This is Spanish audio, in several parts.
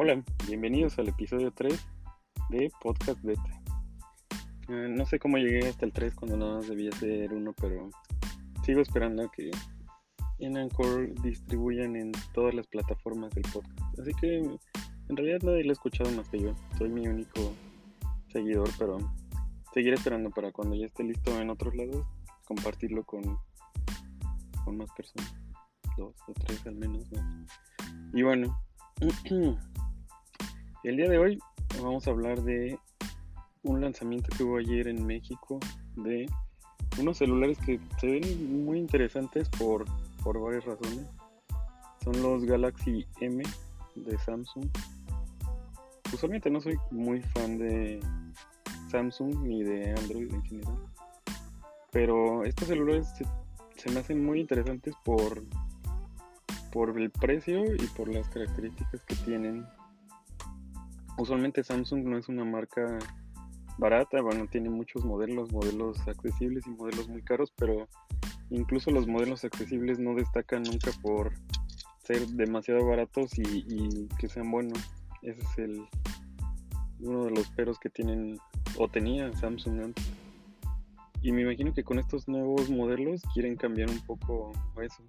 Hola, bienvenidos al episodio 3 de Podcast Beta. No sé cómo llegué hasta el 3 cuando nada más debía ser uno, pero sigo esperando a que en Anchor distribuyan en todas las plataformas del podcast. Así que en realidad nadie lo ha escuchado más que yo. Soy mi único seguidor, pero seguiré esperando para cuando ya esté listo en otros lados, compartirlo con más personas. 2 o 3 al menos, ¿no? Y bueno, el día de hoy vamos a hablar de un lanzamiento que hubo ayer en México de unos celulares que se ven muy interesantes por varias razones. Son los Galaxy M de Samsung. Usualmente no soy muy fan de Samsung ni de Android en general, pero estos celulares se me hacen muy interesantes por el precio y por las características que tienen. Usualmente Samsung no es una marca barata, bueno, tiene muchos modelos accesibles y modelos muy caros, pero incluso los modelos accesibles no destacan nunca por ser demasiado baratos y que sean buenos. Ese es uno de los peros que tienen o tenía Samsung antes. Y me imagino que con estos nuevos modelos quieren cambiar un poco eso.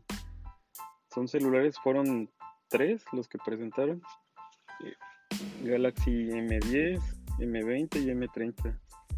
Fueron 3 los que presentaron: Galaxy M10, M20 y M30.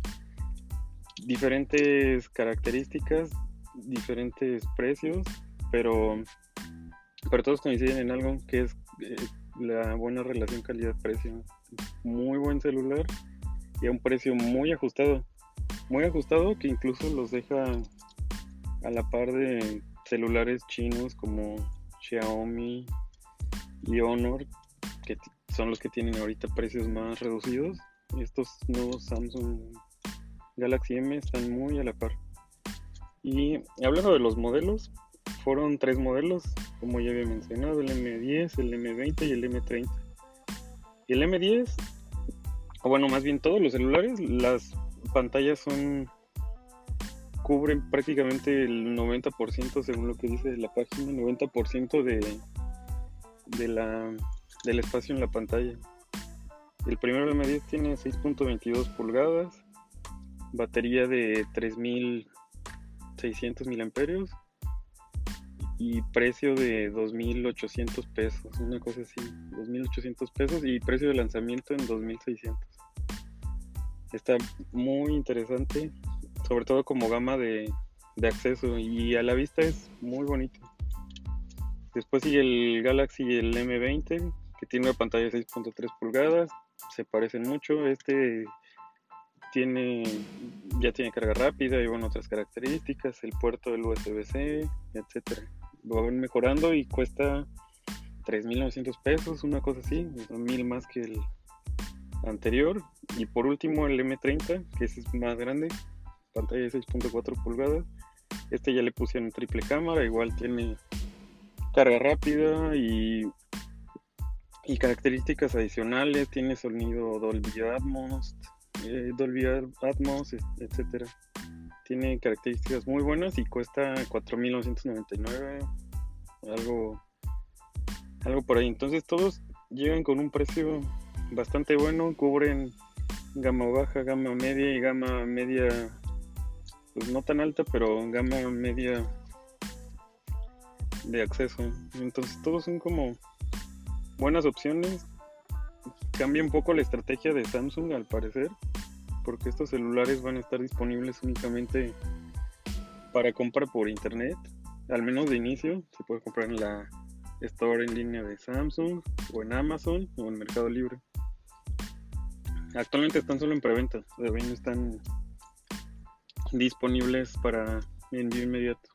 Diferentes características, diferentes precios, pero todos coinciden en algo que es la buena relación calidad-precio. Muy buen celular y a un precio muy ajustado que incluso los deja a la par de celulares chinos como Xiaomi y Honor, que son los que tienen ahorita precios más reducidos. Estos nuevos Samsung Galaxy M están muy a la par. Y hablando de los modelos, fueron 3 modelos, como ya había mencionado: el M10, el M20 y el M30. Y el M10, o bueno, más bien todos los celulares, las pantallas cubren prácticamente el 90%, según lo que dice la página, 90% del espacio en la pantalla. El primero, el M10, tiene 6.22 pulgadas, batería de 3600 miliamperios y precio de 2,800 pesos, una cosa así, 2,800 pesos, y precio de lanzamiento en 2,600. Está muy interesante, sobre todo como gama de acceso, y a la vista es muy bonito. Después sigue el Galaxy, el M20, que tiene una pantalla de 6.3 pulgadas, se parecen mucho. Ya tiene carga rápida y bueno, otras características, el puerto del USB-C, etcétera. Lo van mejorando y cuesta 3,900 pesos, una cosa así, 1,000 más que el anterior. Y por último, el M30, que ese es más grande, pantalla de 6.4 pulgadas. Ya le pusieron triple cámara, igual tiene carga rápida y características adicionales, tiene sonido Dolby Atmos, etcétera. Tiene características muy buenas y cuesta 4,999, algo por ahí. Entonces todos llegan con un precio bastante bueno, cubren gama baja, gama media y gama media, pues no tan alta, pero gama media de acceso. Entonces todos son como buenas opciones. Cambia un poco la estrategia de Samsung, al parecer, porque estos celulares van a estar disponibles únicamente para compra por internet, al menos de inicio. Se puede comprar en la store en línea de Samsung, o en Amazon, o en Mercado Libre. Actualmente están solo en preventa, todavía no están disponibles para envío inmediato.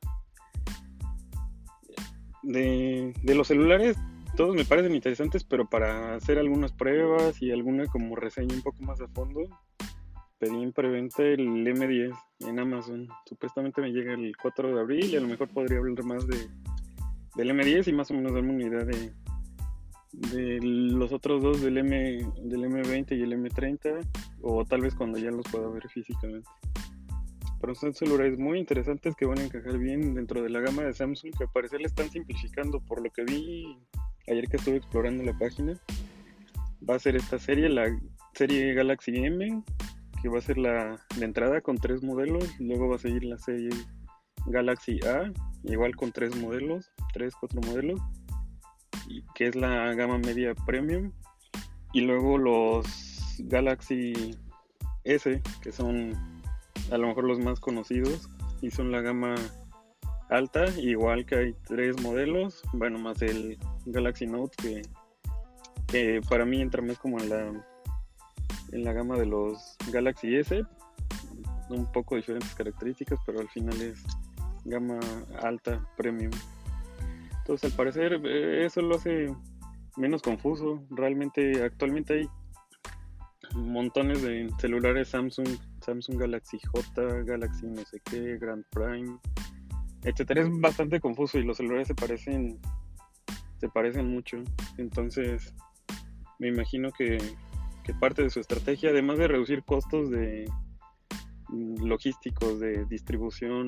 De los celulares, todos me parecen interesantes, pero para hacer algunas pruebas y alguna como reseña un poco más a fondo, pedí en preventa el M10 en Amazon. Supuestamente me llega el 4 de abril y a lo mejor podría hablar más del M10 y más o menos darme una idea de los otros dos, del M20 y el M30, o tal vez cuando ya los pueda ver físicamente. Pero son celulares muy interesantes que van a encajar bien dentro de la gama de Samsung, que al parecer le están simplificando, por lo que vi ayer que estuve explorando la página. va a ser esta serie, la serie Galaxy M, que va a ser la entrada con 3 modelos. Luego va a seguir la serie Galaxy A, igual con 3 modelos, 4 modelos, y que es la gama media premium. Y luego los Galaxy S, que son a lo mejor los más conocidos, y son la gama alta, igual que hay 3 modelos, bueno, más el Galaxy Note, que para mí entra más como en la gama de los Galaxy S, un poco diferentes características, pero al final es gama alta, premium. Entonces, al parecer, eso lo hace menos confuso. Realmente, actualmente hay montones de celulares Samsung Galaxy J, Galaxy no sé qué, Grand Prime, etcétera. Es bastante confuso y los celulares se parecen mucho. Entonces, me imagino que parte de su estrategia, además de reducir costos de logísticos, de distribución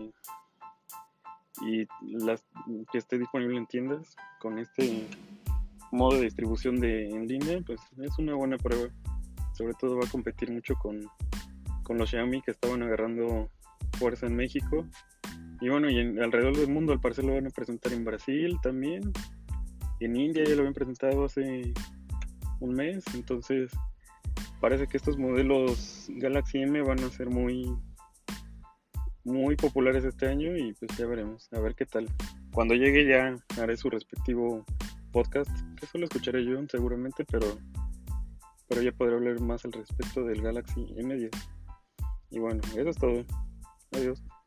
y las que esté disponible en tiendas, con este modo de distribución en línea, pues es una buena prueba. Sobre todo va a competir mucho con los Xiaomi, que estaban agarrando fuerza en México. Y bueno, y alrededor del mundo, al parecer lo van a presentar en Brasil también. En India ya lo habían presentado hace un mes. Entonces parece que estos modelos Galaxy M van a ser muy, muy populares este año, y pues ya veremos, a ver qué tal. Cuando llegue ya haré su respectivo podcast, que solo escucharé yo seguramente, pero ya podré hablar más al respecto del Galaxy M10. Y bueno, eso es todo. Adiós.